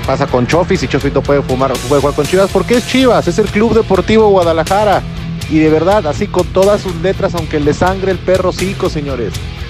pasa con Chofis, si Chofis no puede jugar con Chivas, porque es Chivas, es el Club Deportivo Guadalajara. Y de verdad, así con todas sus letras, aunque le sangre el perro cico, señores.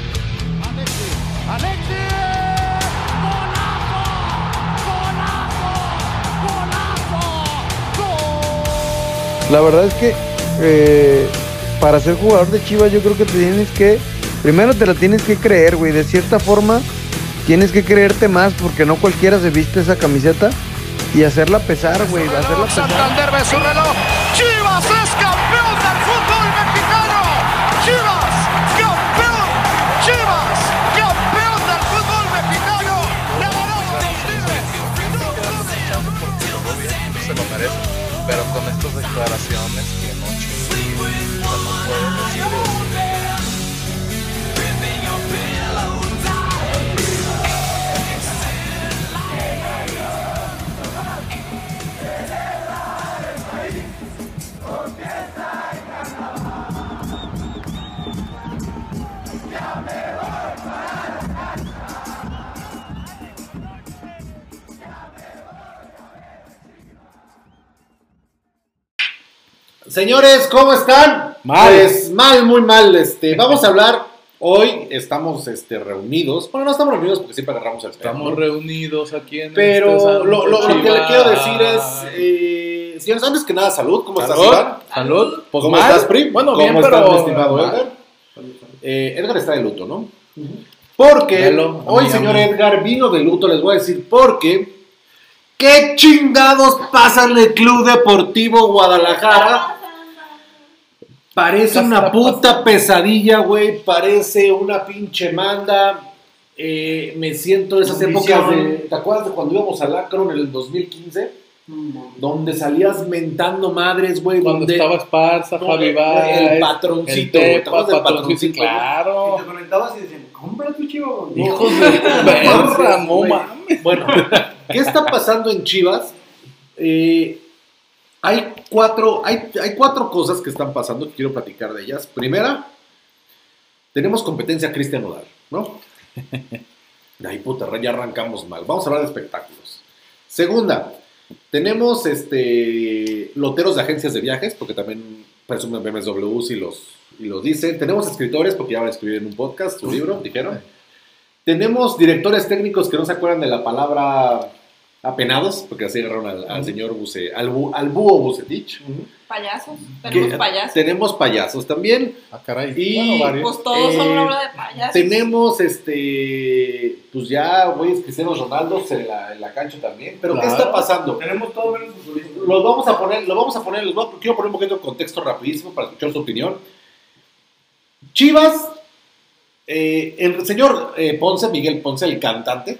La verdad es que para ser jugador de Chivas yo creo que primero te la tienes que creer, güey. De cierta forma tienes que creerte más porque no cualquiera se viste esa camiseta y hacerla pesar, güey. Hacerla pesar. Santander ve su reloj. Chivas es campeón del fútbol mexicano. Chivas, campeón. Chivas, campeón del fútbol mexicano. Le ganó a los Tigres. Se lo merece, pero con estas declaraciones que no chingue, no puede decir. Señores, ¿cómo están? Mal. Pues mal, muy mal. Vamos a hablar. Hoy estamos reunidos. Bueno, no estamos reunidos porque siempre agarramos el tema. Estamos reunidos aquí en Pero lo que le quiero decir es, señores, antes que nada, salud. ¿Cómo estás, Iván? Salud. Pues ¿Cómo mal. estás, Pri? Bueno, ¿Cómo bien, estás, pero mi estimado mal. Edgar? Edgar está de luto, ¿no? Porque Velo, hoy, a mí. señor Edgar, vino de luto. Les voy a decir porque. ¿Qué chingados pasa en el Club Deportivo Guadalajara? Parece una puta pesadilla, güey. Parece una pinche manda. Me siento de esas épocas de... ¿Te acuerdas de cuando íbamos al Akron en el 2015? Donde salías mentando madres, güey. Cuando donde estaba Esparza, Javi el Baez, patroncito, el güey. ¿Te Tepa, acuerdas del patroncito, patroncito? claro. Y te conectabas y decían, compra tu chivo. Hijos de perra, no güey. mames. Bueno, ¿qué está pasando en Chivas? Hay cuatro cosas que están pasando que quiero platicar de ellas. Primera, tenemos competencia Cristian Nodal, ¿no? Ay, puta, ya arrancamos mal. Vamos a hablar de espectáculos. Segunda, tenemos loteros de agencias de viajes, porque también presumen BMWs y los dicen. Tenemos escritores, porque ya van a escribir en un podcast su libro, dijeron. Tenemos directores técnicos que no se acuerdan de la palabra apenados, porque así agarraron al señor al búho Bucetich. Payasos, tenemos payasos. Tenemos payasos también. Ah, caray. Y Bueno, varios. Pues todos son una obra de payasos. tenemos pues ya güeyes Cristiano Ronaldo en la cancha también. Pero Claro. ¿qué está pasando? Tenemos todo menos futbolistas. Quiero poner un poquito de contexto rapidísimo para escuchar su opinión. Chivas, el señor Ponce, Miguel Ponce, el cantante,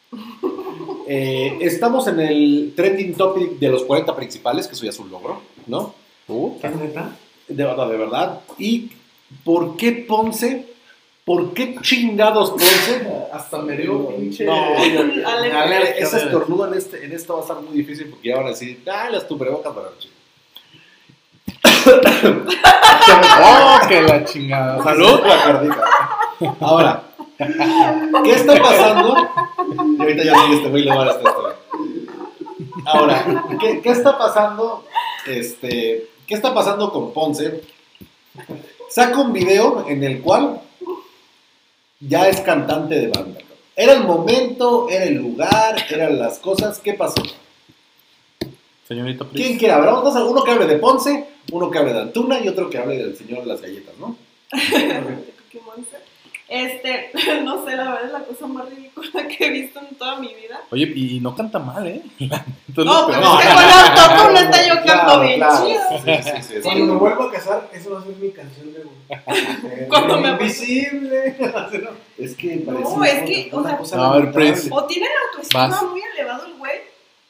estamos en el trending topic de los 40 principales, que eso ya es un logro, ¿no? ¿Es neta? De verdad. ¿Y por qué Ponce? ¿Por qué chingados Ponce? Hasta me dio pinche... No, Alergia. ese estornudo en esto va a estar muy difícil porque ya van a decir, las cubrebocas para la chica. ¡Oh, que la chingada! Salud, la cardíaca. Ahora, ¿qué está pasando? Y ahorita ya sigue güey, le va a dar esta historia. Ahora, ¿qué está pasando? ¿Qué está pasando con Ponce? Saca un video en el cual ya es cantante de banda. Era el momento, era el lugar, eran las cosas. ¿Qué pasó? Señorita Pris. ¿Quién quiere hablar? Uno que hable de Ponce, uno que hable de Antuna y otro que hable del señor de las galletas, ¿no? No sé, la verdad es la cosa más ridícula que he visto en toda mi vida. Oye, y no canta mal, ¿eh? No, pero es que con autotune está yo canto bien chido. Sí. Cuando me vuelvo a casar, eso va a ser mi canción de... Cuando me- Invisible. Es que No, es que, o sea, cosa a ver, lamentable. Prince. O tiene la autoestima Vas. muy elevado el güey,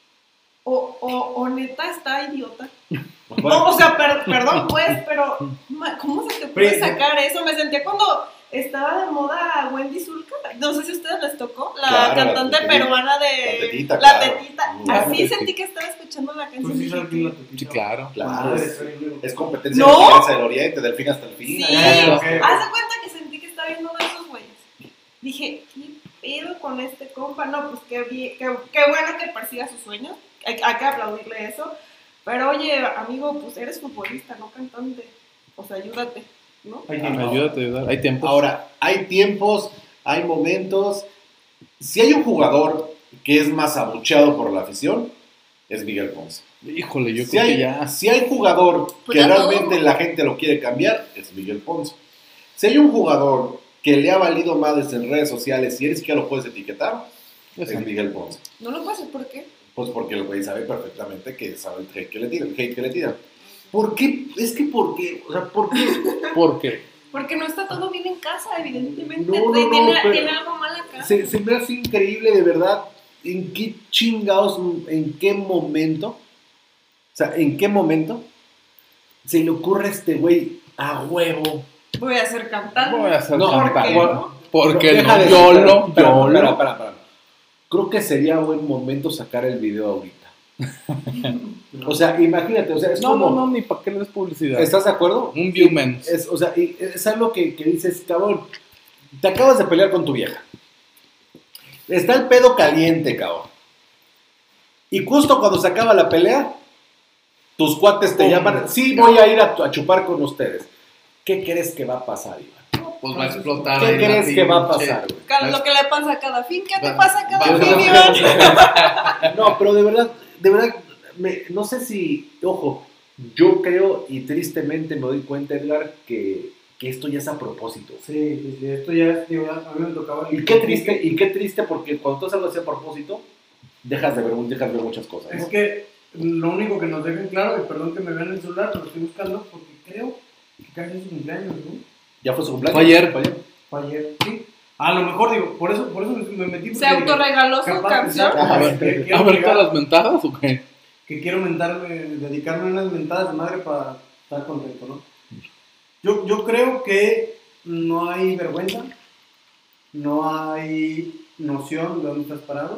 o neta está idiota. No, o sea, perdón pues, pero ¿cómo se te puede Prince. sacar eso? Me sentía cuando estaba de moda Wendy Zulka, no sé si a ustedes les tocó, la Claro, cantante la peruana de la tetita, La claro. Tetita. La Así tetita. sentí que estaba escuchando la Tú canción. sí sabes bien la tetita. Sí, claro. Claro, Madre, es, soy libre. es competencia ¿No? de Alianza del Oriente, del fin hasta el fin. Sí, Ya, ok. haz de cuenta que sentí que estaba viendo uno de esos güeyes. Dije, ¿qué pedo con este compa. No, pues qué bueno que persiga sus sueños. Hay que aplaudirle eso. Pero oye, amigo, pues eres futbolista, no cantante. O sea, ayúdate, ¿no? Ayúdate, hay tiempo. Ahora, hay tiempos, hay momentos. Si hay un jugador que es más abucheado por la afición, es Miguel Ponce. Híjole, yo Si creo que hay, ya. si hay jugador Pues que ya realmente todo. la gente lo quiere cambiar, es Miguel Ponce. Si hay un jugador que le ha valido madres en redes sociales y eres que ya lo puedes etiquetar, es Miguel Ponce. No lo puedo hacer, ¿por qué? Pues porque el güey sabe perfectamente que sabe el hate que le tiran. ¿Por qué? Es que ¿por qué? O sea, ¿por qué? ¿Por qué? Porque no está todo bien en casa, evidentemente. No, Tiene algo mal acá. Se me hace increíble, de verdad, en qué chingados, en qué momento, o sea, en qué momento se le ocurre a este güey a huevo. Voy a ser cantante. Voy a hacer No, cantante. ¿por qué no? Porque Deja no, de- YOLO. Espera. Creo que sería buen momento sacar el video ahorita. O sea, imagínate, o sea, es como... No, ni para qué le des publicidad. ¿Estás de acuerdo? Un view menos. O sea, es algo que dices, cabrón, te acabas de pelear con tu vieja. Está el pedo caliente, cabrón. Y justo cuando se acaba la pelea, tus cuates te llaman, sí, voy a ir a chupar con ustedes. ¿Qué crees que va a pasar, Iván? Pues va a explotar. ¿Qué ahí la crees que va a pinche- pasar, güey? Lo que le pasa a cada fin. ¿Qué te Va- pasa a cada va- fin, va- Iván? No, pero de verdad, no sé si, ojo, yo creo y tristemente me doy cuenta, Edgar, que esto ya es a propósito. Sí, esto ya es, digo, a mí me tocaba. Y qué triste porque cuando tú haces algo así a propósito, dejas de ver muchas cosas, ¿no? Es que lo único que nos dejen claro, y perdón que me vean el celular, pero lo estoy buscando porque creo que casi es su cumpleaños, ¿no? Ya fue su cumpleaños. Fue ayer. Fue ayer, sí. A lo mejor digo, por eso me metí. Se autorregaló su canción. Ajá, A ver, quiero a ver llegar- todas las mentadas o qué. que quiero dedicarme unas mentadas de madre para estar contento, ¿no? Yo creo que no hay vergüenza, no hay noción de dónde estás parado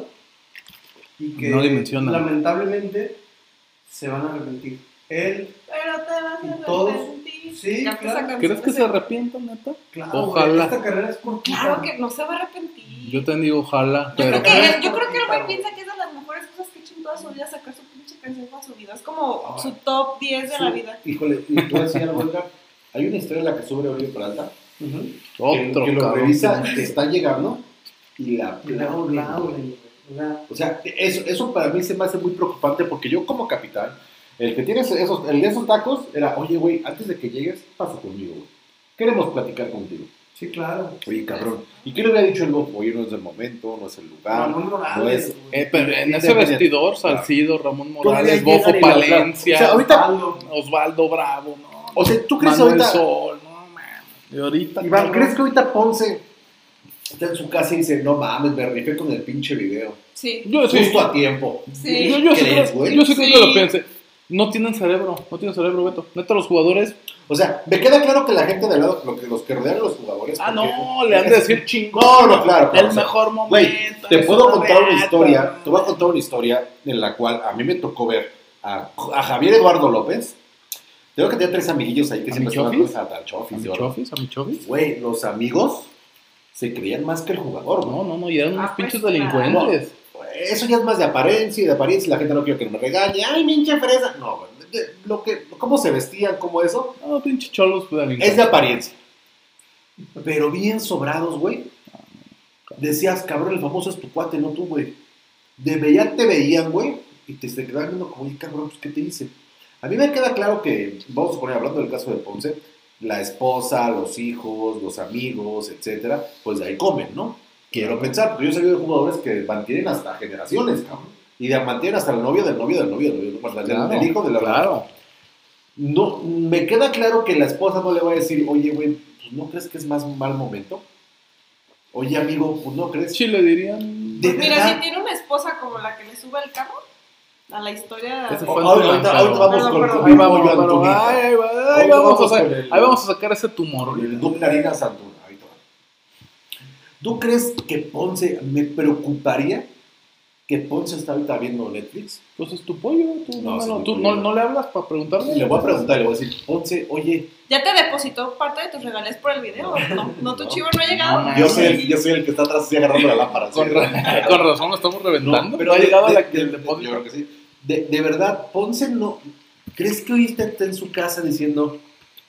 y que No dimensionan. lamentablemente se van a arrepentir. Él, Pero te vas a Todos. arrepentir. Sí, Ya claro. esa canción ¿Crees que es se el- arrepientan, neta? claro, Ojalá. güey, esta carrera es cortita. Claro que no se va a arrepentir. Yo te digo, ojalá. Yo Pero creo que el güey piensa que es de las mejores cosas que ha hecho en toda su vida, sacar su pinche canción para su vida. Es como su top 10 de la vida. Híjole, y tú decías algo, Edgar, hay una historia en la que sube Oribe Peralta, Ujú. otro que lo cabrón. revisa, que está llegando y la Y la aplaude. güey. O sea, eso para mí se me hace muy preocupante porque yo como capitán, el que tiene el de esos tacos era, oye, güey, antes de que llegues, pasa conmigo, güey. Queremos platicar contigo. Sí, claro. Oye, cabrón. ¿Y qué le hubiera dicho el Bob? Oye, no es el momento, no es el lugar. Ramón no Morales, es... güey. Pero en Sí, ese sí, sí. vestidor, Salcido, Ramón Todavía Morales, llegan Bofo y lo aplauden. Palencia, O sea, ahorita, Osvaldo Bravo, no. o sea, ¿tú crees Manuel ahorita, Sol, no mames. Y ahorita, Iván, cabrón. ¿crees que ahorita Ponce está en su casa y dice, no mames, me rifé con el pinche video? Sí. Yo sí, Justo a tiempo. Sí. yo sí ¿Crees, creo, güey? yo sí creo Sí. que lo piense. No tienen cerebro, Beto. Neta, los jugadores. O sea, me queda claro que la gente de al lado, los que rodean a los jugadores. Ah, porque- no, le han de decir chingón. No, claro. El o sea, mejor momento. Güey, te es puedo una contar una reata. historia. Te voy a contar una historia en la cual a mí me tocó ver a Javier Eduardo López. Tengo que tener 3 amiguillos ahí que ¿A siempre mi estaban Chofis? al Chofis. ¿A mi y ahora- Chofis? ¿A mi Chofis? Güey, los amigos se creían más que el jugador, güey. No, y eran unos Ah, pues, pinches claro. delincuentes. Eso ya es más de apariencia y de apariencia. La gente no quiere que me regañe. Ay, pinche fresa. No, güey. Cómo se vestían, cómo eso, No, pinches cholos delincuentes. es de apariencia. Pero bien sobrados, güey. Decías, cabrón, el famoso es tu cuate, no tú, güey. Te veían, güey, y te quedaban viendo como, oye, cabrón, pues, ¿qué te hice? A mí me queda claro que, vamos a poner, hablando del caso de Ponce, la esposa, los hijos, los amigos, etcétera, pues de ahí comen, ¿no? Quiero pensar, porque yo he sabido de jugadores que mantienen hasta generaciones, cabrón. Y mantienen hasta el novio del novio del novio, del hijo de la... Claro. No, me queda claro que la esposa no le va a decir, oye, güey, pues, ¿no crees que es más un mal momento? Oye, amigo, pues, ¿no crees? Sí le dirían. De Mira, verdad. si tiene una esposa como la que le sube el carro a la historia. Ese Oh, fue ahorita vamos Perdón, con perdón. Ahí vamos, yo, pero Antonito. ahí Ahorita vamos a con sacar, el- ahí vamos a sacar ese tumor. con el Duque Harina Santuna. Ahí te va. ¿Tú crees que Ponce me preocuparía que Ponce está ahorita viendo Netflix. Pues es tu pollo, tú, No, sí, tú mi no, pollo. no le hablas para preguntarle. Le voy a preguntar, le voy a decir, Ponce, oye, ¿Ya te depositó parte de tus regalías por el video? No, tu No. chivo no ha llegado. No, yo soy el que está atrás así agarrando la lámpara. Con, ¿sí? con razón lo estamos reventando. No, pero no ha llegado de- la que de- el de- depósito. yo creo que sí. De verdad, Ponce no. ¿Crees que hoy está en su casa diciendo,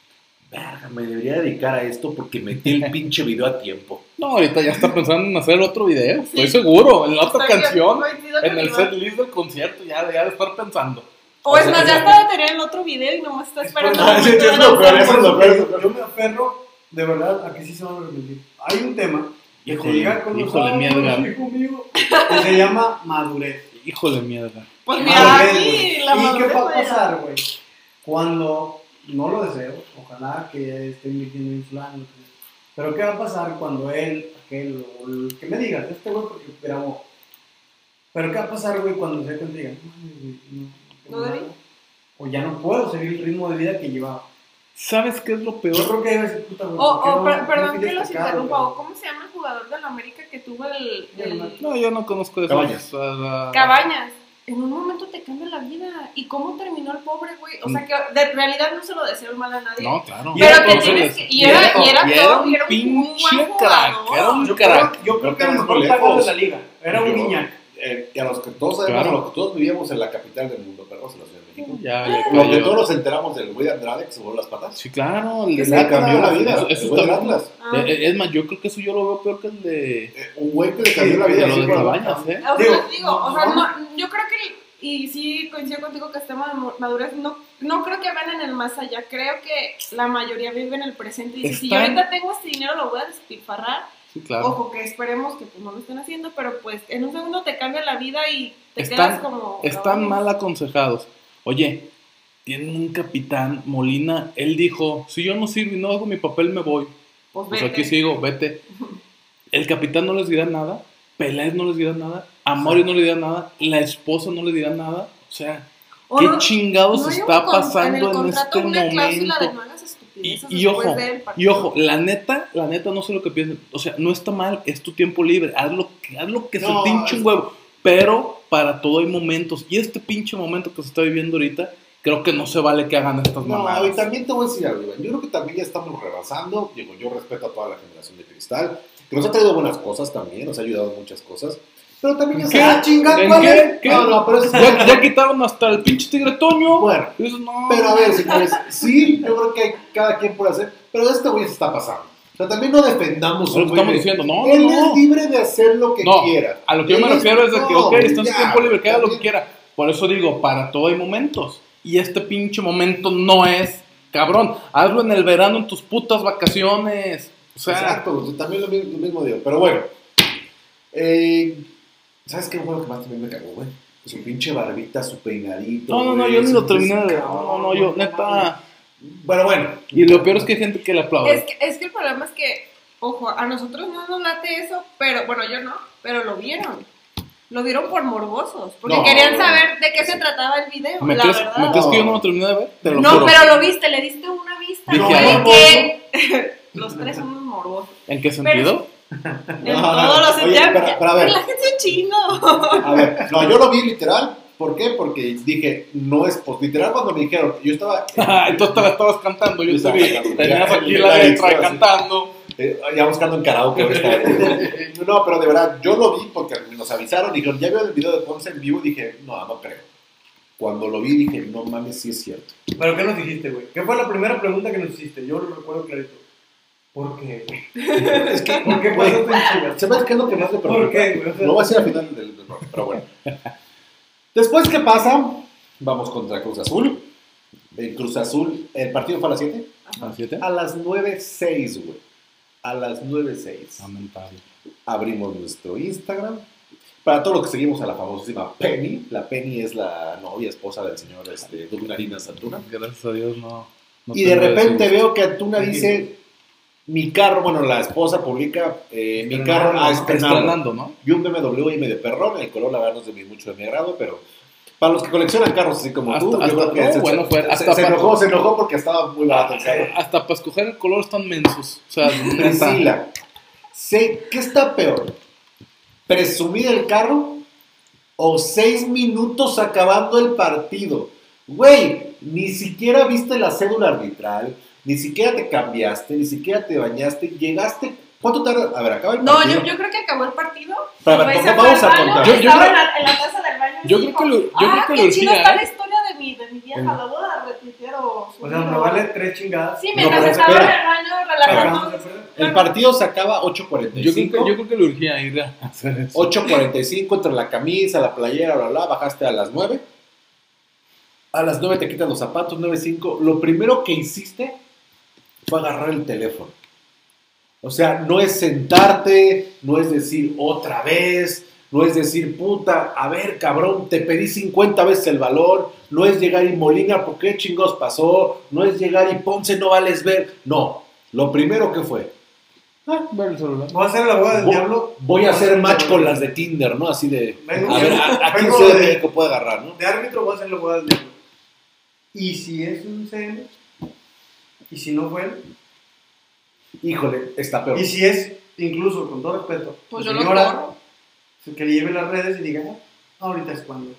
verga, me debería dedicar a esto porque metí el pinche video a tiempo? No, ahorita ya está pensando en hacer otro video. Estoy seguro. En la otra Está bien, canción. coincido En con el Iván. set list del concierto. Ya de estar pensando. O es más, ya está batería en el otro video y nomás está esperando. Ah, el sí, momento sí, de es lo peor, lanzarlo. eso es lo peor. Yo me aferro, de verdad, a que sí se van a arrepentir. Hay un tema que Híjole, te llega con los híjole, años, mierda. hijo mío, que se llama madurez. Híjole, mierda. Pues Madurez, mira, güey. aquí la ¿Y qué madurez va a no llega. pasar, güey? Cuando, no lo deseo, ojalá que esté invirtiendo en fulano, lo que sea. Pero ¿qué va a pasar cuando él, aquel, o el que me digas, este güey porque grabó? Pero ¿qué va a pasar, güey, cuando se cuenta y diga, no mames, güey, No no, debí. o ya no puedo seguir el ritmo de vida que llevaba? ¿Sabes qué es lo Yo peor? creo que debe ser puta, güey. ¿por qué no Perdón fui que los destacado, interrumpa. güey? ¿O ¿Cómo se llama el jugador del América que tuvo el No, yo no conozco eso. Cabañas. Cabañas? En un momento te cambia la vida. ¿Y cómo terminó el pobre, güey? O sea, que de realidad no se lo deseo mal a nadie. No, claro. Pero que Entonces, tienes que. Y era todo, y era un pinche buen crack. jugador. Era un Yo crack. creo que era el Pero mejor lejos. pagado de la liga. Era un Yo- guiñac. Y a los que todos sabemos, Claro. a los que todos vivíamos en la capital del mundo, perdón, en la Ciudad de México. Ya, Lo que cayó. todos nos enteramos del güey de Andrade que se voló las patas. Sí, claro. El Que de se Le cambió la vida. Eso, el eso güey del está Atlas. Ah. Es más, yo creo que eso yo lo veo peor que el de, Un güey que le cambió la de vida. lo así de por- Cabañas, ¿eh? O sea, Digo, les digo, o sea, no. yo creo que, y sí coincido contigo que el tema de madurez, no creo que vean en el más allá, creo que la mayoría vive en el presente y dice, si yo Están- ahorita tengo este dinero lo voy a despilfarrar, Sí, claro. ojo, que esperemos que pues, no lo estén haciendo, pero pues en un segundo te cambia la vida y te Están- quedas como... Están caballos. mal aconsejados. Oye, tienen un capitán, Molina, él dijo, si yo no sirvo y no hago mi papel me voy. Pues Pues vete. aquí sigo, vete. El capitán no les dirá nada, Peláez no les dirá nada, Amori no le dirá nada, la esposa no le dirá nada. O sea, O ¿qué no- chingados no hay está en el pasando en contrato este una cláusula de momento? no hagas estupideces Y después ojo, del partido. la neta, no sé lo que piensen. O sea, no está mal, es tu tiempo libre, haz lo que No, se pinche un es- huevo. Pero para todo hay momentos. Y este pinche momento que se está viviendo ahorita, creo que no se vale que hagan estas No, y mamadas. también te voy a decir algo, Iván. Yo creo que también ya estamos rebasando. Digo, yo respeto a toda la generación de cristal, que nos ha traído buenas cosas también, nos ha ayudado en muchas cosas. Pero también ya ¿Qué? se ha chingado. ¿En ¿cuál qué? es? ¿Qué? No, pero eso Ya quitaron hasta el pinche tigre Toño. Bueno, Y dices, no. pero a ver, señores, sí, yo creo que cada quien puede hacer, pero este güey se está pasando. O sea, también no defendamos Es lo que güey estamos de- diciendo, no, Él no. es libre de hacer lo que No, quiera. a lo que yo me Él refiero es de que, no, ok, está en su ya, tiempo libre, que haga lo que también. quiera. Por eso digo, para todo hay momentos. Y este pinche momento no es, cabrón, hazlo en el verano en tus putas vacaciones. O sea, Exacto, yo también lo mismo digo. Pero bueno, ¿sabes qué juego que más también me cagó, güey? Su pinche barbita, su peinadito. no, güey, yo ni su- lo terminé de ver. cabrón, No, yo, neta. Bueno. Y lo peor es que hay gente que le aplaude. Es que el problema es que, ojo, a nosotros no nos late eso, pero bueno, yo no, pero lo vieron. Lo vieron por morbosos, porque No, querían no, saber de qué se trataba el video, ¿Me la crees, verdad. ¿me crees que yo no lo terminé de ver? Te lo No, juro. pero lo viste, le diste una vista. Dije, ¿no? ah, De que los tres somos morbosos. ¿En qué sentido? En No, todos los oye, sentidos. pero a ver. La gente es chino. A ver, no, yo lo vi literal. ¿Por qué? Porque dije, no es pues, literal cuando me dijeron, yo estaba. Entonces te la estabas cantando, yo te Estaba vi. cantando. Tenías Ya, aquí ya, la ya, letra ya, cantando. Ya buscando en karaoke. No, pero de verdad, yo lo vi porque nos avisaron. Dijeron, ya veo el video de Ponce en vivo. Dije, no creo. Cuando lo vi, dije, no mames, sí es cierto. ¿Pero qué nos dijiste, güey? ¿Qué fue la primera pregunta que nos hiciste? Yo lo recuerdo clarito. ¿Por qué, güey? Es que, ¿Por qué güey, pasaste en Chivas? ¿sabes qué es lo que más me preocupa? ¿Por qué, güey? O sea, Lo voy a decir al final del programa, pero bueno. Después, ¿qué pasa? Vamos contra Cruz Azul. En Cruz Azul, el partido fue a las 7. ¿A 7? A las 9:06, güey. A las 9:06. Lamentable. Abrimos nuestro Instagram. Para todos los que seguimos a la famosísima Penny. La Penny es la novia, esposa del señor Douglas Harinas Antuna. Gracias a Dios no. Y de tengo repente ese gusto. veo que Antuna dice, mi carro, bueno, la esposa publica, mi carro a estrenado. Estrenando, ¿no? Y un BMW ahí medio perrón, el color la verdad no es de mucho de mi agrado, pero para los que coleccionan carros así como tú, Hasta- yo creo que no, se, bueno, fue- se- hasta se para- enojó porque estaba muy barato el carro. Hasta para escoger el color están mensos. O sea, neta. Priscila, ¿qué está peor? ¿Presumir el carro o 6 minutos acabando el partido. Güey, ni siquiera viste la cédula arbitral, ni siquiera te cambiaste, ni siquiera te bañaste, llegaste. ¿Cuánto tarda? A ver, acaba el No, partido. yo creo que acabó el partido. Pero, Güey, ¿cómo se fue vamos al a baño, contar? Yo estaba creo- en la taza del baño. yo y creo que dijo, lo- yo creo que lo qué chido urgía, está ¿eh? la historia de mi vieja. La voy a retuitear o O subir, sea, me vale 3 chingadas. Sí, No, mientras pero estaba espera. en el baño Acabamos relajando. de perder. El partido se acaba 8:45. Yo creo que le urgía ir a hacer eso. 8:45 entre la camisa, la playera, bla, bla, bajaste a las 9. A las 9 te quitas los zapatos, 9:05. Lo primero que hiciste fue agarrar el teléfono. O sea, no es sentarte, no es decir otra vez, no es decir, puta, a ver, cabrón, te pedí 50 veces el valor, no es llegar y Molina, ¿por qué chingos pasó? No es llegar y Ponce, no vales ver. No, lo primero que fue, Ver el celular. Voy a hacer la boda del diablo. voy a hacer match con las de Tinder, ¿no? Así de, Vengo- a ver, ¿a quién vengo Ciudad de de- México puede agarrar, no? De árbitro voy a hacer la boda del diablo. Y si es un CM, y si no fue él, Híjole, está peor. y si es, incluso con todo respeto, Pues la yo lo señora, corro. que le lleve las redes y diga, ahorita es cuando.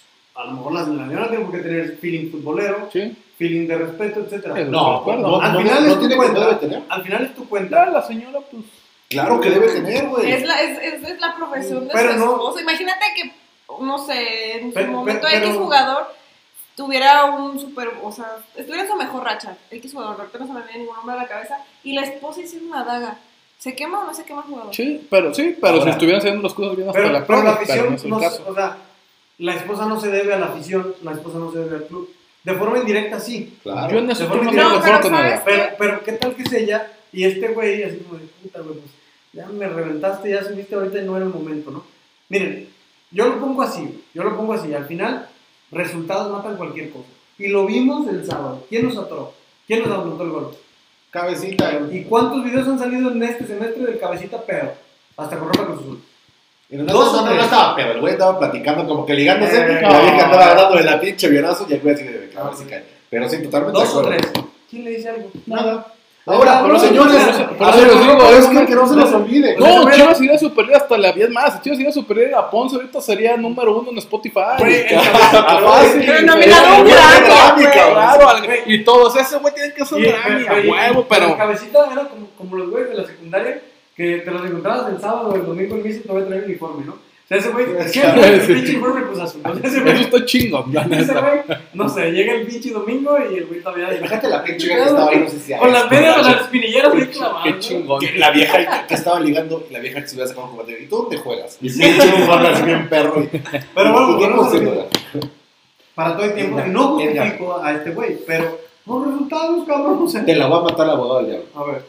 A lo mejor la señora tiene que tener feeling futbolero, Sí. feeling de respeto, etcétera. Eso. No, no, Al no, final no es tu tiene que cuenta. debe tener. Al final es tu cuenta. Claro, la señora, pues. Claro que debe tener, güey. Es la profesión de Pero su no- esposa. Imagínate que, no sé, en su Pero- momento pero- X jugador tuviera un super, o sea, estuviera en su mejor racha. X jugador, ahorita no se me viene ningún nombre a la cabeza. Y la esposa hiciera una daga. ¿Se quema o no se quema el jugador? Sí, pero si Ahora. estuvieran haciendo las cosas bien hasta Pero, la pero la prueba, pero no afición, es el no, caso. o sea, la esposa no se debe a la afición, la esposa no se debe al club. De forma indirecta, sí. Claro. Yo en eso Se estoy pone más bien. de No, acuerdo pero con ¿sabes? ella. Pero ¿qué tal que es ella y este güey así como de puta, güey, pues ya me reventaste, ya subiste ahorita y no era el momento, ¿no? Miren, yo lo pongo así, al final resultados matan cualquier cosa. Y lo vimos el sábado. ¿Quién nos atoró? ¿Quién nos anotó el gol? Cabecita. ¿Y cuántos videos han salido en este semestre del cabecita pedo? Hasta con ropa Cruz Azul. Y no, Dos o no, no, tres. no estaba, pero el güey estaba platicando como que ligándose. La no. vieja estaba hablando de la pinche vionazo y el güey así de cabrón si cae. Pero sí, totalmente. Dos de o acuerdo. tres. ¿Quién le dice algo? Nada. Ahora, Pero señores, por a eso ver, les digo, es es que no se nos olvide. No, Chivas iría a superar hasta la 10 más. Si Chivas iría a superar a Ponce, ahorita sería número 1 en Spotify. Güey, el Fácil. Pero nominado un Güey, Grammy, güey, güey. claro, y todos. Ese güey tiene que ser Y- Grammy, a y- huevo, El pero. cabecita era como los güeyes de la secundaria que te los encontrabas el sábado o el domingo en misa y te voy a traer uniforme, ¿no? O sea, ese güey, Sí. ¿qué el pinche uniforme Cruz Azul? O sea, ese Eso güey, está chingón, la ese neta. güey, no sé, llega el pinche domingo y el güey todavía Imagínate la pinche vieja que estaba ahí, no sé si. con las medias de las espinilleras bien clavadas. Qué ¿no? chingón. Que la vieja que estaba ligando y la vieja que se hubiera sacado un combate. ¿Y tú dónde juegas? Y sí, uniforme así bien perro. Pero bueno, ¿Y qué volvemos a lo haciendo? mismo. Para todo el tiempo, y no justifico a este güey, pero los resultados, cabrón, o sea. Te la va a matar la abogada del diablo. A ver.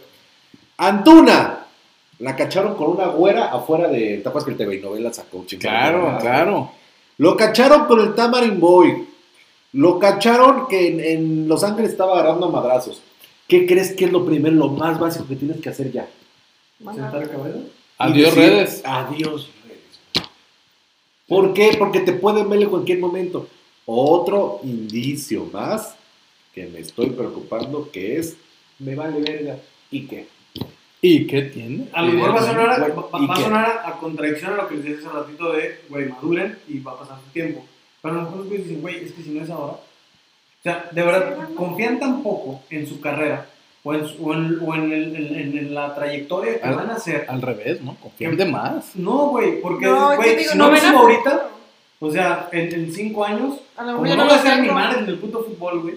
Antuna. La cacharon con una güera afuera de. ¿Te acuerdas que el TV Novela sacó? Claro, claro. Lo cacharon con el Tamarind Boy. Lo cacharon que en Los Ángeles estaba agarrando a madrazos. ¿Qué crees que es lo primero, lo más básico que tienes que hacer ya? ¿Sentar la cabeza? Adiós, Y decir, redes. Adiós, redes. ¿Por qué? Porque te pueden ver en cualquier momento. Otro indicio más que me estoy preocupando que es, me vale verga. ¿Y qué? ¿Y qué tiene? A lo mejor va a sonar, ¿Y va a, qué? sonar a contradicción a lo que les decía hace ratito de, güey, maduren y va a pasar su tiempo. Pero a lo mejor los güeyes dicen, güey, es que si no es ahora. O sea, de verdad, confían tan poco en su carrera o en la trayectoria que van a hacer. Al revés, ¿no? Confían de más. No, güey, porque, No, güey, yo digo, si no lo ven a subo futuro. ahorita, o sea, en 5 años, A lo como mejor yo no no voy a lo ser ni tengo. madre en el puto fútbol, güey.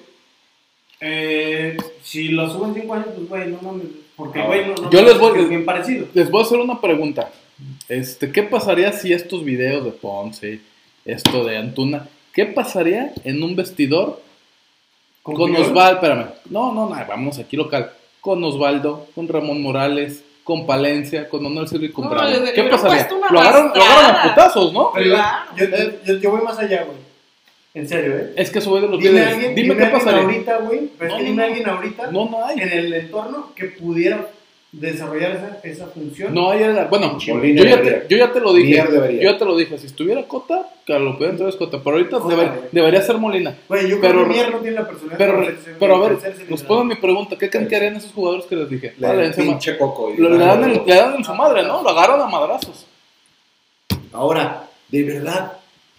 Si lo subo en 5 años, pues, güey, no mames. Porque, güey, no Yo les voy- es bien parecido. Les voy a hacer una pregunta. ¿Qué pasaría si estos videos de Ponce, esto de Antuna, qué pasaría en un vestidor con Puyol? Osvaldo? Espérame. No, vamos aquí local. Con Osvaldo, con Ramón Morales, con Palencia, con Manuel Silva y con No, Bravo. le ¿Qué hubieran pasaría? puesto una Lo agarran a arrastrada. putazos, ¿no? Pero Claro. yo voy más allá, güey. En serio, ¿eh? Es que eso voy de los Dime videos. alguien, Dime qué alguien pasaría. ahorita, güey. Pero No, es que no, dime no. alguien ahorita No hay. en el entorno que pudiera desarrollar esa función. No hay. Bueno, Molina debería. yo ya te lo dije. Mier debería. Yo ya te lo dije. Si estuviera Cota, que lo pudieran traer Cota. Pero ahorita Cota, güey. debería ser Molina. Güey, yo pero- creo que Mier no tiene la personalidad. Pero, para hacerse- pero a ver, para hacerse respondan liderazgo. mi pregunta. ¿Qué creen que harían esos jugadores que les dije? Le Vale, encima. pinche coco. y- Le dan en su madre, ¿no? Lo agarran a madrazos. Ahora, de verdad,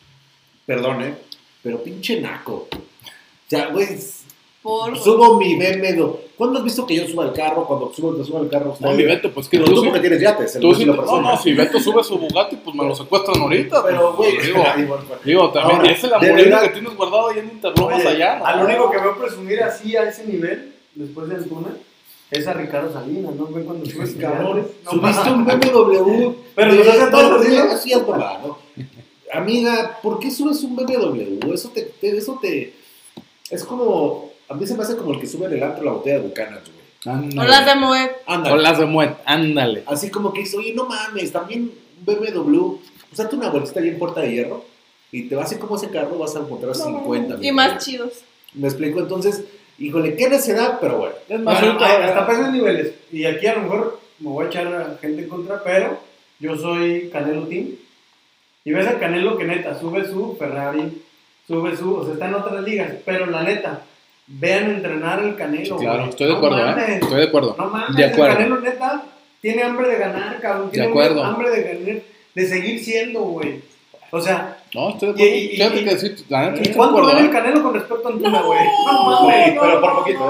Perdón, pero pinche naco. O sea, güey, Por... subo mi BMW. ¿Cuándo has visto que yo suba al carro? Cuando subo al carro. No, mi Beto, pues que Pero tú sí- porque tienes yates. tú sí- la no, persona. no, si Beto sube su Bugatti, pues me lo secuestran ahorita. Pero, pues, güey, digo, también Ahora, ese de Lamborghini verdad- que tienes guardado ahí en Interlomas Oye, allá. ¿no? al único que veo presumir así a ese nivel, después de Antuna, es a Ricardo Salinas, ¿no? Güey, cuando subes Cabrón, no subiste un mames. BMW. Pero los hacen todos los días. Así es verdad, ¿no? Amiga, ¿por qué subes un BMW? Eso te. Es como. A mí se me hace como el que sube en el antro la botella de Buchanan, güey. O las de Moet. Ándale. O las de Moet, ándale. Así como que dice, oye, no mames, también un BMW. Pues date una vueltita ahí en Puerta de Hierro y te vas a ir como ese carro, vas a encontrar 50. Y más chidos. Me explico, entonces, híjole, qué necedad, pero bueno. Es más, Bueno, ahorita- hasta para esos niveles. Y aquí a lo mejor me voy a echar a gente en contra, pero yo soy Canelo Team. Y ves a Canelo que neta, sube su Ferrari, o sea, está en otras ligas, pero la neta, vean entrenar el Canelo. Claro, güey. estoy de No acuerdo, mames. Estoy de acuerdo. No mames, De acuerdo. el Canelo neta tiene hambre de ganar, cabrón. Tiene De acuerdo. hambre de ganar, de seguir siendo, güey. O sea, No, estoy de acuerdo. Y- Fíjate y- que sí, la neta, estoy de ¿cuánto acuerdo. vale el Canelo con respecto a Antuna, güey? No No, mames. pero por poquito,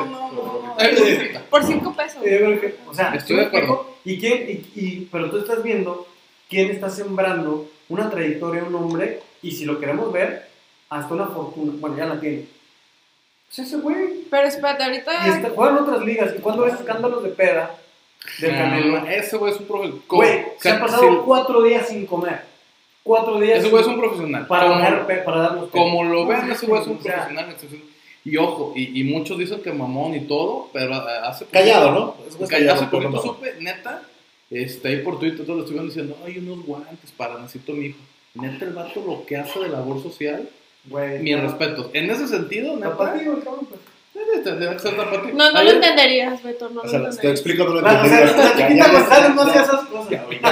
Por 5 pesos. Yo creo que, o sea, Estoy de acuerdo. ¿Y quién? Pero tú estás viendo quién está sembrando una trayectoria a un hombre y si lo queremos ver, hasta una fortuna. Bueno, ya la tiene. Pues ese güey. Pero espérate, Y ahorita. juega en otras ligas. ¿Y cuando ves escándalos de peda del Canelo? Ese güey es un profesional. Güey, se han pasado 4 días sin comer. 4 días. Ese güey es un profesional. Para, Como- para darnos Como lo ven, ese güey es un O sea, profesional. Y ojo, y muchos dicen que mamón y todo, pero hace poquito- Callado, ¿no? Ese güey es callado, hace poquito pero no. supe, neta, ahí por Twitter todos lo estuvieron diciendo, hay unos guantes para necesito mi hijo. Neta, el vato lo que hace de labor social, güey. mis respetos. En ese sentido, neta, Tapatío, el cabrón, pues. tendría que ser tapatío. No, no lo Ayer- entenderías, Beto. No O lo sea, te entenderías. explico, no lo O sea, entendí. la chiquita González no hacía esas cosas.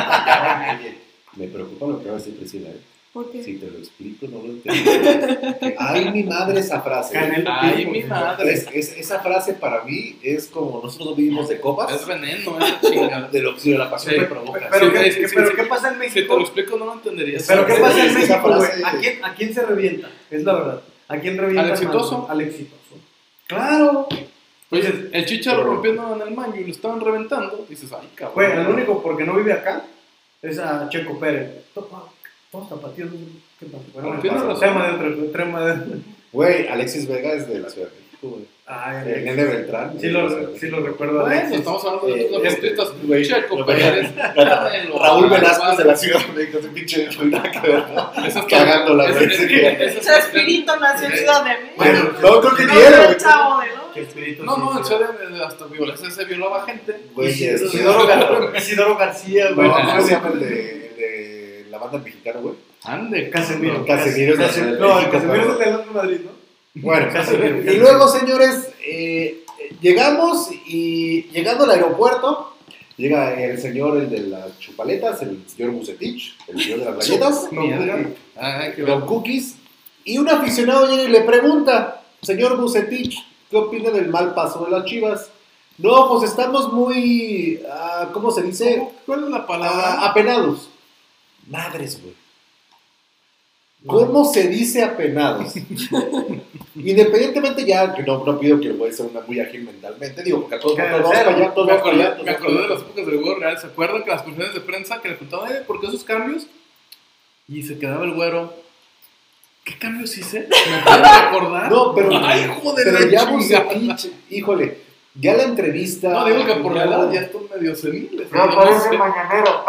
Oye, me preocupa lo que va a decir Priscila, ¿eh? ¿Por qué? Si te lo explico, no lo entendí. Ay, mi madre, esa frase. Canelo Ay, Team, mi por madre. Esa frase para mí es como nosotros vivimos de copas. Es veneno, esa chingada. De lo que la pasión Sí. me provoca. Pero, Sí, ¿qué, sí, sí, pero sí. ¿qué pasa en Si te México? lo explico, no lo entenderías. Pero ¿qué pasa en Esa México, güey? frase- ¿A quién se revienta? Es la verdad. ¿A quién revienta? ¿Al exitoso? más? Al exitoso. Claro. Oye, el Chicharo rompiendo en el maño y lo estaban reventando, dices, ay, cabrón. Güey, el único porque no vive acá es a Checo Pérez. Todos tapatíos. ¿Qué pasa? Bueno, Tienes pasa. razón. Tema de... Güey, Alexis Vega es de la Ciudad de México, güey. Ay, El nene Beltrán. sí lo recuerdo. Bueno, Alexis. estamos hablando de los Este, deportistas. güey, Checo güey, Pérez, Canelo, Raúl Velasco Álvarez. de la Ciudad de México, ese pinche nada que ver, ¿no? Ese es Cagándola, güey. ese- ese es- Chespirito nació en Ciudad de México. Bueno, no creo que No, ni era, el güey. chavo de ¿no? Qué espíritu. No, sí, no, sí. en serio, hasta violencia se violaba gente. Güey, Isidoro García, güey. ¿Cómo se llama el de la banda mexicana, güey? Ande, Casemiro. Casemiro es de Casemiro. México, No, el Casemiro pero- es el de Madrid, ¿no? Bueno, Casemiro. y luego, señores, llegamos y llegando al aeropuerto, llega el señor, el de las chupaletas, el señor Bucetich, el señor de las galletas, Mierda. Ay, qué Don Cookies, y un aficionado llega y le pregunta, señor Bucetich, ¿qué opina del mal paso de las Chivas? No, pues estamos muy, ¿cómo se dice? ¿Cuál es la palabra? Apenados. Madres, güey. ¿Cómo se dice apenados? Independientemente ya, que no pido que el güey sea una muy ágil mentalmente, digo, porque a todos Que vamos cero. para allá, todos Me vamos para allá. acordé, me acordé de las épocas del güero real. ¿Se acuerdan que las conferencias de prensa que le preguntaban, ¿por qué esos cambios? Y se quedaba el güero, ¿qué cambios hice? ¿Me pueden recordar? No, pero, Ay, joder, pero la ya chingada. Bucetich, híjole, ya la entrevista. No, digo que por la ya- edad ya están medio seniles. No, ¿no? parece sé. mañanero.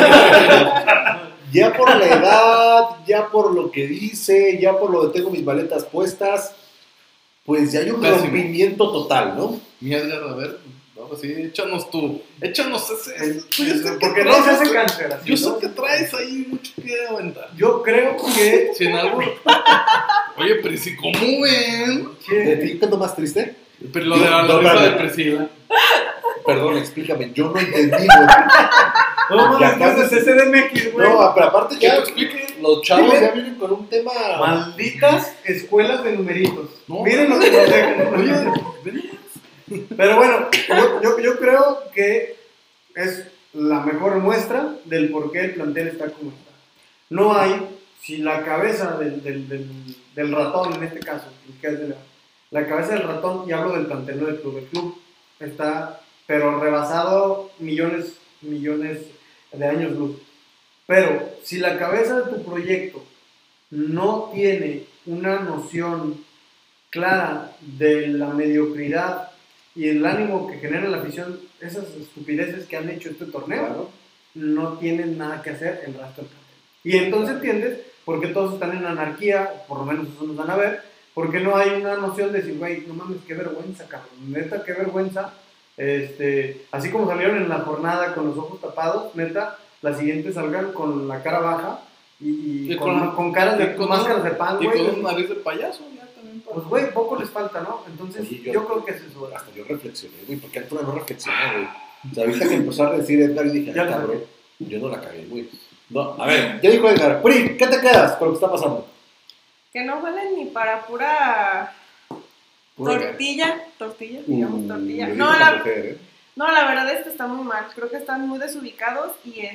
Ya por la edad, ya por lo que dice, ya por lo de tengo mis maletas puestas, pues ya hay un Pésimo. rompimiento total, ¿no? Mi Edgar, a ver, vamos, sí, échanos ese. Tú, yo sé que Porque no traes- se hace cáncer. así, Yo sé ¿no? que traes ahí mucho que aventar. Yo creo que. Sin algo. Oye, pero si cómo ven. ¿De ti qué es lo más triste? Pero lo de la No, risa no, de no. Priscila. Perdón, explícame, yo no entendí, güey. No, Ya mames, es CDMX, güey. No, pero aparte Que ya te explique. los chavos Dime. ya vienen con un tema. Malditas escuelas de numeritos. No. Miren lo que nos dejan. Oye, ven. Pero bueno, yo creo que es la mejor muestra del por qué el plantel está como está. No hay si la cabeza del ratón, en este caso, que es la cabeza del ratón, y hablo del plantel, no del club, el club está, pero rebasado millones de años luz. Pero si la cabeza de tu proyecto no tiene una noción clara de la mediocridad y el ánimo que genera la afición, esas estupideces que han hecho este torneo, no tienen nada que hacer el resto del plantel. Y entonces entiendes por qué todos están en anarquía, por lo menos eso nos van a ver, porque no hay una noción de decir, güey, no mames, qué vergüenza, cabrón, neta, qué vergüenza. Así como salieron en la jornada con los ojos tapados, neta, la siguiente salgan con la cara baja y con caras de máscaras de pan, güey. Y con un nariz de payaso, ya también. Pues, güey, poco les falta, ¿no? Entonces, Oye, yo creo que es eso. Hasta yo reflexioné, güey, porque Arturo no reflexionó, güey. O sea, ahorita que empezó a decir Edgar, yo dije, Ya ay, la cabrón, yo no la cagué, güey. No, a ver, ya dijo Edgar, Pri, ¿qué te quedas con lo que está pasando? Que no valen ni para pura tortilla, digamos tortilla. Lo No, dijo la, la mujer, ¿eh? no, la verdad está muy mal. Creo que están muy desubicados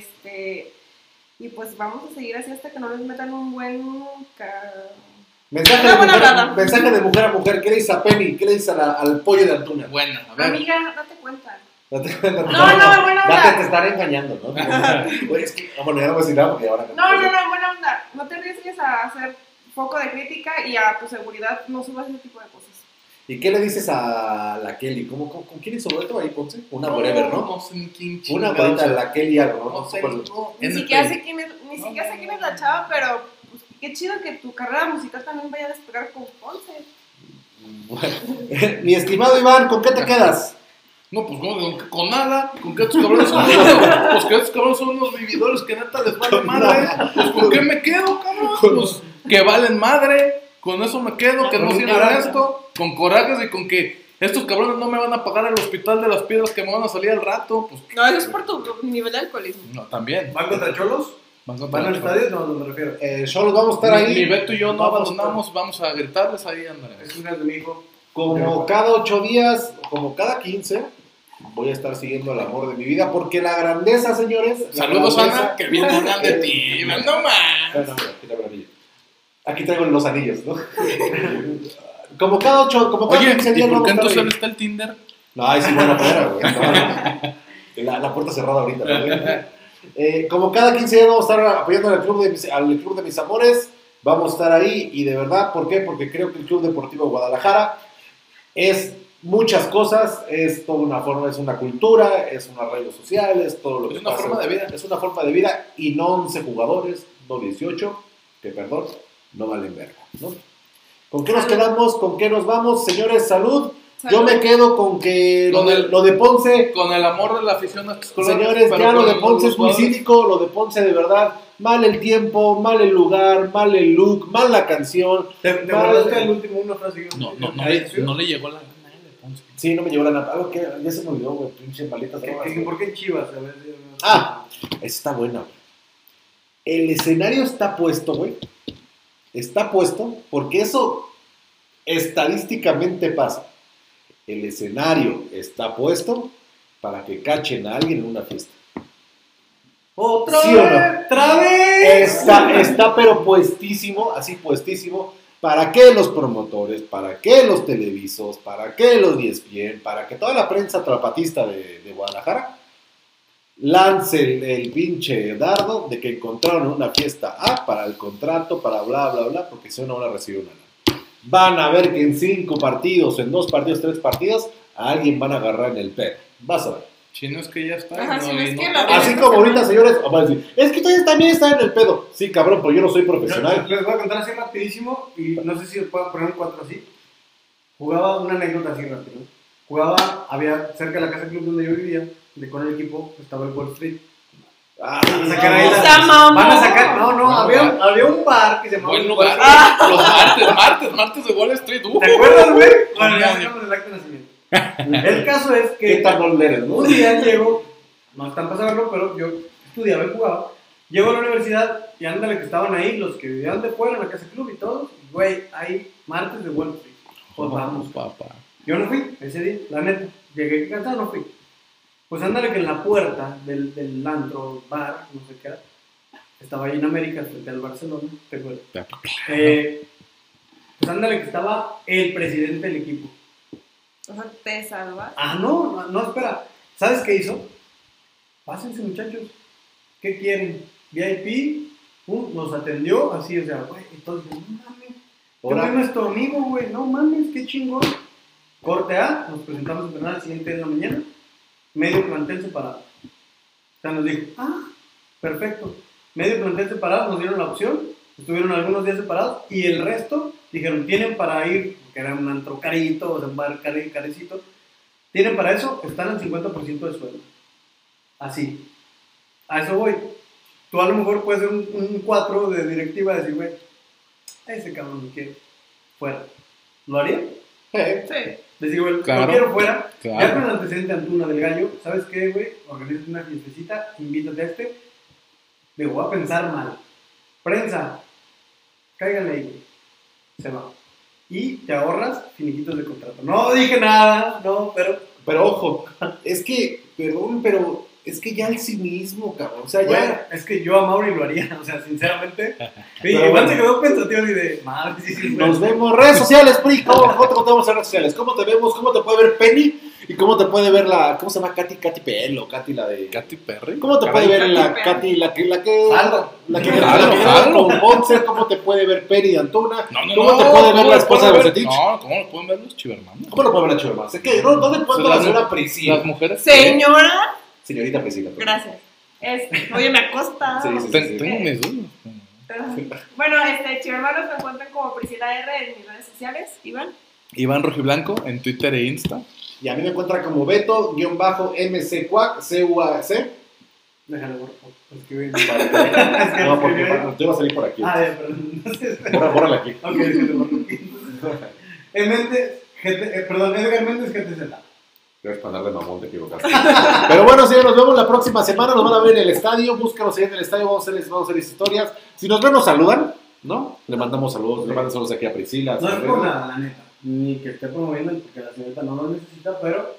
y pues vamos a seguir así hasta que no les metan un buen Mensaje de mujer a mujer, ¿qué le dice a Penny? ¿Qué le dice al pollo de Antuna? Bueno, a ver. Amiga, date cuenta. Date cuenta. No, buena Date, onda. te estaré engañando, ¿no? Güey, es que, bueno, ya no voy a decir nada porque ahora... No, buena onda. No te arriesgues a hacer foco de crítica y a tu seguridad no subas ese tipo de cosas. ¿Y qué le dices a la Kelly? ¿Con quién hizo dueto ahí, Ponce? Una whatever, ¿no? No sé ni quién Una chingados. bolita de la Kelly algo, ¿no? No sé, Por- no, Ni NP. siquiera sé quién es la chava, pero pues, qué chido que tu carrera musical también vaya a despegar con Ponce. Bueno, mi estimado Iván, ¿con qué te quedas? No, pues no, con nada, con que estos cabrones son pues que estos cabrones son unos vividores que neta les vale madre. Pues con qué me quedo, cabrón. Pues que valen madre, con eso me quedo, que no Con sirven coraje. esto, con corajes y con que estos cabrones no me van a pagar el hospital de las piedras que me van a salir al rato. Pues No, eso es por tu nivel de alcoholismo. no, también. ¿Van contra Cholos? ¿Van al estadio? No, no me refiero. Solo vamos a estar ahí. Mi Beto y yo no Vamos, abandonamos, vamos a gritarles ahí, Andrés. Es una de mi hijo. Como cada 8 días, como cada 15, voy a estar siguiendo el amor de mi vida, porque la grandeza, señores... la Saludos, grandeza- Ana, que bien hablan de ti, no más. No, aquí traigo el anillo. Aquí traigo los anillos, ¿no? Como cada 15 Oye, días ¿y por qué vamos a entonces estar ahí. está el Tinder? No, ahí sí, bueno, afuera, güey. No. La puerta cerrada ahorita, ¿no? Como cada 15 días vamos a estar apoyando al club de mis amores. Vamos a estar ahí y de verdad, ¿por qué? Porque creo que el Club Deportivo Guadalajara es muchas cosas, es toda una forma, es una cultura, es una redes sociales, todo lo que Es una pasa. forma de vida. Es una forma de vida y no 11 jugadores, no 18, que perdón, no valen verga, ¿no? ¿Con qué nos quedamos? ¿Con qué nos vamos? Señores, salud. Yo me quedo con que Con lo de Ponce, Con el amor de la afición a estos colores. señores, pero ya lo con de Ponce los es muy jugadores. cínico, lo de Ponce de verdad, mal el tiempo, mal el lugar, mal el look, mal la canción. ¿Te guardaste el último una frase? No le llegó la gana a él de Ponce. Sí, no me llegó la nota. Algo que ya se me olvidó, güey, pinche maletas. ¿Por qué en Chivas? A ver, Ah, esa está buena, güey. El escenario está puesto, güey. Está puesto porque eso estadísticamente pasa. El escenario está puesto para que cachen a alguien en una fiesta. ¡Otra ¿Sí o no? vez! ¡Otra vez! Está pero puestísimo, así puestísimo. ¿Para qué los promotores? ¿Para qué los televisos? ¿Para qué los ESPN? ¿Para que toda la prensa trapatista de Guadalajara lance el pinche dardo de que encontraron una fiesta para el contrato, para bla, bla, bla, porque si no, no van a recibir una lana. Van a ver que en 5 partidos, en 2 partidos, 3 partidos, a alguien van a agarrar en el pedo. Vas a ver. Si no es que ya está. Ajá, no, si no y es no que para. la- Así como ahorita, señores, van a decir, es que ustedes también están en el pedo. Sí, cabrón, pero yo no soy profesional. Les voy a contar así rapidísimo y no sé si os puedo poner un 4 así. Jugaba una anécdota así rápido. Había cerca de la casa club donde yo vivía, con el equipo, estaba el Wall Street. Ah, Van a sacar ahí ¡Esa las- mamón! Van a sacar, no, Buen había un bar que se llamaba Buen el lugar. Wall Los martes de Wall Street. Street. ¿Te acuerdas, güey? Bueno, ya No, sacamos el acta de nacimiento. El caso es ¿Qué que tan gol eres, no? un día llego, no están para saberlo, pero yo estudiaba y jugaba. Llego a la universidad y ándale que estaban ahí los que vivían de fuera en la casa club y todos. Y, güey, hay martes de Wall Street. Pues vamos. papá. Yo no fui ese día, la neta. Llegué cansado, no fui. Pues ándale que en la puerta del antro, bar, no sé qué era, Estaba ahí en América frente al Barcelona, ¿te acuerdas? Ya. Pues ándale que estaba el presidente del equipo. O sea, te salvas. No, espera. ¿Sabes qué hizo? Pásense, muchachos. ¿Qué quieren? VIP, nos atendió así, o sea, güey, entonces, no mames. Ahora es nuestro amigo, güey, no mames, qué chingón. Corte A, nos presentamos a entrenar al siguiente de la mañana, medio plantel separado. O sea, nos dijo, perfecto. Medio plantel separado, nos dieron la opción, estuvieron algunos días separados y el resto dijeron, tienen para ir, que era un antro carito, o sea, un bar carecito, tienen para eso, están al 50% de sueldo. Así. A eso voy. Tú a lo mejor puedes ser un 4 de directiva y decir, güey, ese cabrón no quiere. Fuera. ¿Lo haría? Sí. Decir, güey, Claro. no quiero fuera. Claro. Ya con el antecedente Antuna del Gallo, ¿sabes qué, güey? Organízate una fiestecita, invítate a este. Digo, voy a pensar mal. Prensa, cáigale ahí, güey. Se va. Y te ahorras finiquitos de contrato. No dije nada, no, Pero ojo, es que, perdón, pero es que ya el cinismo, cabrón. O sea, bueno, ya. es que yo a Mauri lo haría, o sea, sinceramente. Pero Igual bueno. se quedó pensativo y de, madre, sí, Nos güey. vemos. Redes sociales, Pri. ¿Cómo te contamos en redes sociales? ¿Cómo te vemos? ¿Cómo te puede ver Penny? ¿Y cómo te puede ver la. ¿Cómo se llama? Katy Pelo, Katy la de. Katy Perry. ¿Cómo te puede ver la Katy Katy, la que Jalo. Jalo. con Ponce? ¿Cómo te puede ver Penny de Antuna? No, ¿Cómo te puede ver ¿cómo la lo esposa de pueden ver? Bucetich? No, ¿cómo lo pueden ver los chivermanos? ¿Cómo lo puede ver la Chivas más? ¿Qué? ¿Dónde puede ver la señora Priscila? Las mujeres. Señora, Señorita Priscila. gracias. Oye, me ha costado. Sí. Tengo mis dudas. Bueno, Chivermanos me encuentran como Priscila R en mis redes sociales, Iván. Iván Rojiblanco en Twitter e Insta. Y a mí me encuentra como Beto-MCQuac, C-U-A-C. Déjalo, por favor. Es que ven. No, porque yo voy a salir por aquí. Ah, ya, perdón. Entonces, Bórrale aquí. ok, déjalo por aquí. En Méndez, perdón, Edgar Méndez, GTZ. Debes ponerle mamón, te equivocaste. Pero bueno, señores, nos vemos la próxima semana. Nos van a ver en el estadio. Búscanos ahí en el estadio. Vamos a hacer historias. Si nos ven, nos saludan, ¿no? Le mandamos saludos. Le mandan saludos aquí a Priscila. No es por nada, la neta. Ni que esté promoviendo, porque la señorita no lo necesita, pero.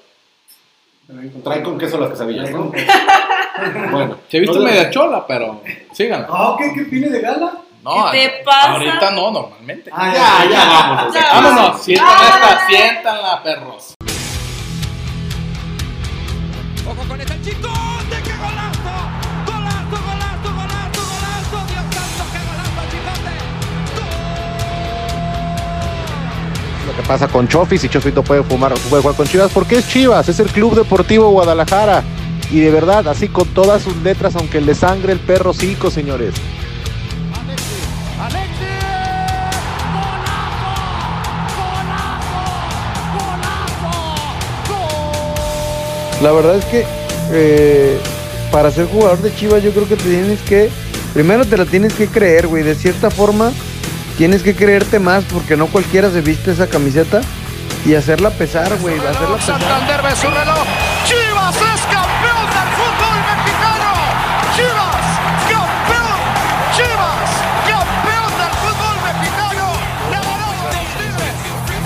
Trae con queso las quesadillas, ¿no? Bueno. Se ha visto nos vemos. media chola, pero síganla. Ah, ¿qué pine de gala? No, ¿Qué te pasa? ahorita no, normalmente. Ya, vámonos. Ya. Vámonos, siéntanla, perros. Ojo con ese chicote, qué golazo. Golazo, golazo, golazo, golazo. Dios santo, qué golazo, chicote. Lo que pasa con Chofis, si Chofis no puede jugar con Chivas, porque es Chivas, es el Club Deportivo Guadalajara. Y de verdad, así con todas sus letras, aunque le sangre el perro cico, señores. Alexis. La verdad es que para ser jugador de Chivas yo creo que primero te la tienes que creer, güey. De cierta forma tienes que creerte más porque no cualquiera se viste esa camiseta y hacerla pesar, güey. Hacerla pesar. Santander ve su reloj. Chivas es campeón del fútbol mexicano. Chivas, campeón. Chivas, campeón del fútbol mexicano. Le ganó a los Tigres.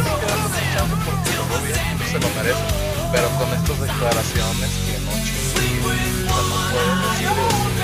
Se lo merece. Pero con estas declaraciones que no chingue. O sea, no puede decir